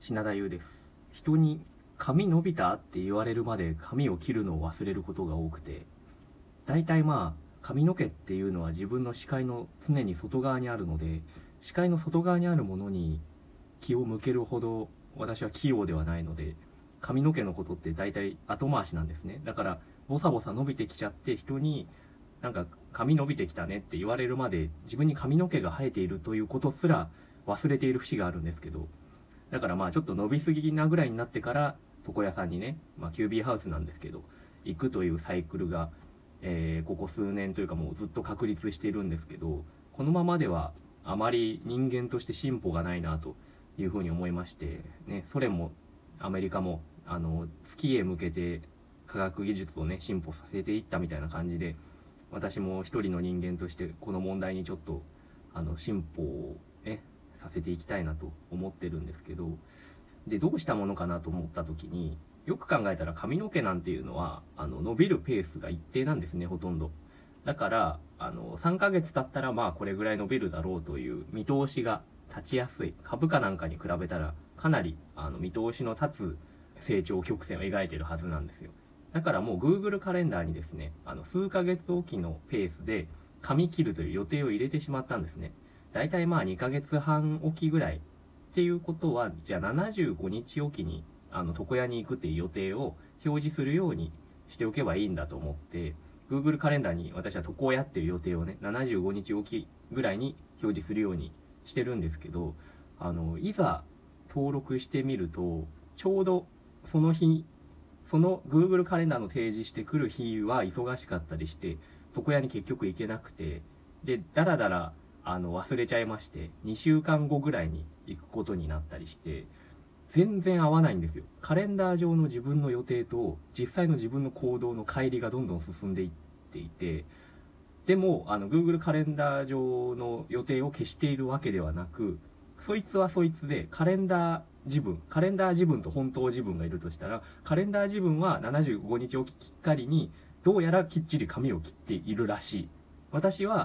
品田優です。人に髪伸びたって言われるまで髪を切るのを忘れることが多くて、大体髪の毛っていうのは自分の視界の常に外側にあるので、視界の外側にあるものに気を向けるほど私は器用ではないので、髪の毛のことって大体後回しなんですね。だからボサボサ伸びてきちゃって、人になんか髪伸びてきたねって言われるまで自分に髪の毛が生えているということすら忘れている節があるんですけど、だからちょっと伸びすぎなぐらいになってから床屋さんにね、キュービーハウスなんですけど行くというサイクルが、ここ数年というかもうずっと確立しているんですけど、このままではあまり人間として進歩がないなというふうに思いましてね。ソ連もアメリカも月へ向けて科学技術をね進歩させていったみたいな感じで、私も一人の人間としてこの問題にちょっと進歩をねさせていきたいなと思ってるんですけど、でどうしたものかなと思った時に、よく考えたら髪の毛なんていうのは伸びるペースが一定なんですね、ほとんど。だから3ヶ月経ったらこれぐらい伸びるだろうという見通しが立ちやすい。株価なんかに比べたらかなり見通しの立つ成長曲線を描いてるはずなんですよ。だからもう Google カレンダーにですね、数ヶ月おきのペースで髪切るという予定を入れてしまったんですね。だいたい2ヶ月半おきぐらいっていうことは、じゃあ75日おきに床屋に行くっていう予定を表示するようにしておけばいいんだと思って、 Google カレンダーに私は床屋っていう予定をね75日おきぐらいに表示するようにしてるんですけど、いざ登録してみると、ちょうどその日、その Google カレンダーの提示してくる日は忙しかったりして床屋に結局行けなくて、でだらだら忘れちゃいまして、2週間後ぐらいに行くことになったりして、全然合わないんですよ。カレンダー上の自分の予定と実際の自分の行動の乖離がどんどん進んでいっていて、でもGoogle カレンダー上の予定を消しているわけではなく、そいつはそいつでカレンダー自分と本当自分がいるとしたら、カレンダー自分は75日おききっかりにどうやらきっちり髪を切っているらしい。私は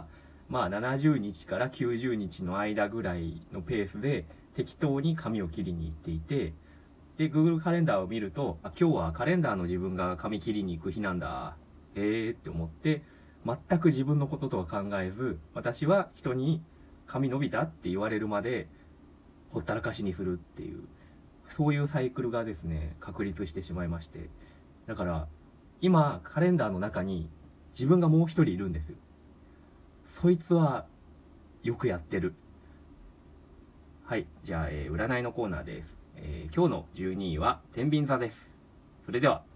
70日から90日の間ぐらいのペースで適当に髪を切りに行っていて、で Google カレンダーを見ると、今日はカレンダーの自分が髪切りに行く日なんだ、って思って、全く自分のこととは考えず、私は人に髪伸びたって言われるまでほったらかしにするっていう、そういうサイクルがですね確立してしまいまして、だから今カレンダーの中に自分がもう一人いるんですよ。そいつはよくやってる。はい、じゃあ、占いのコーナーです。今日の12位は天秤座です。それでは。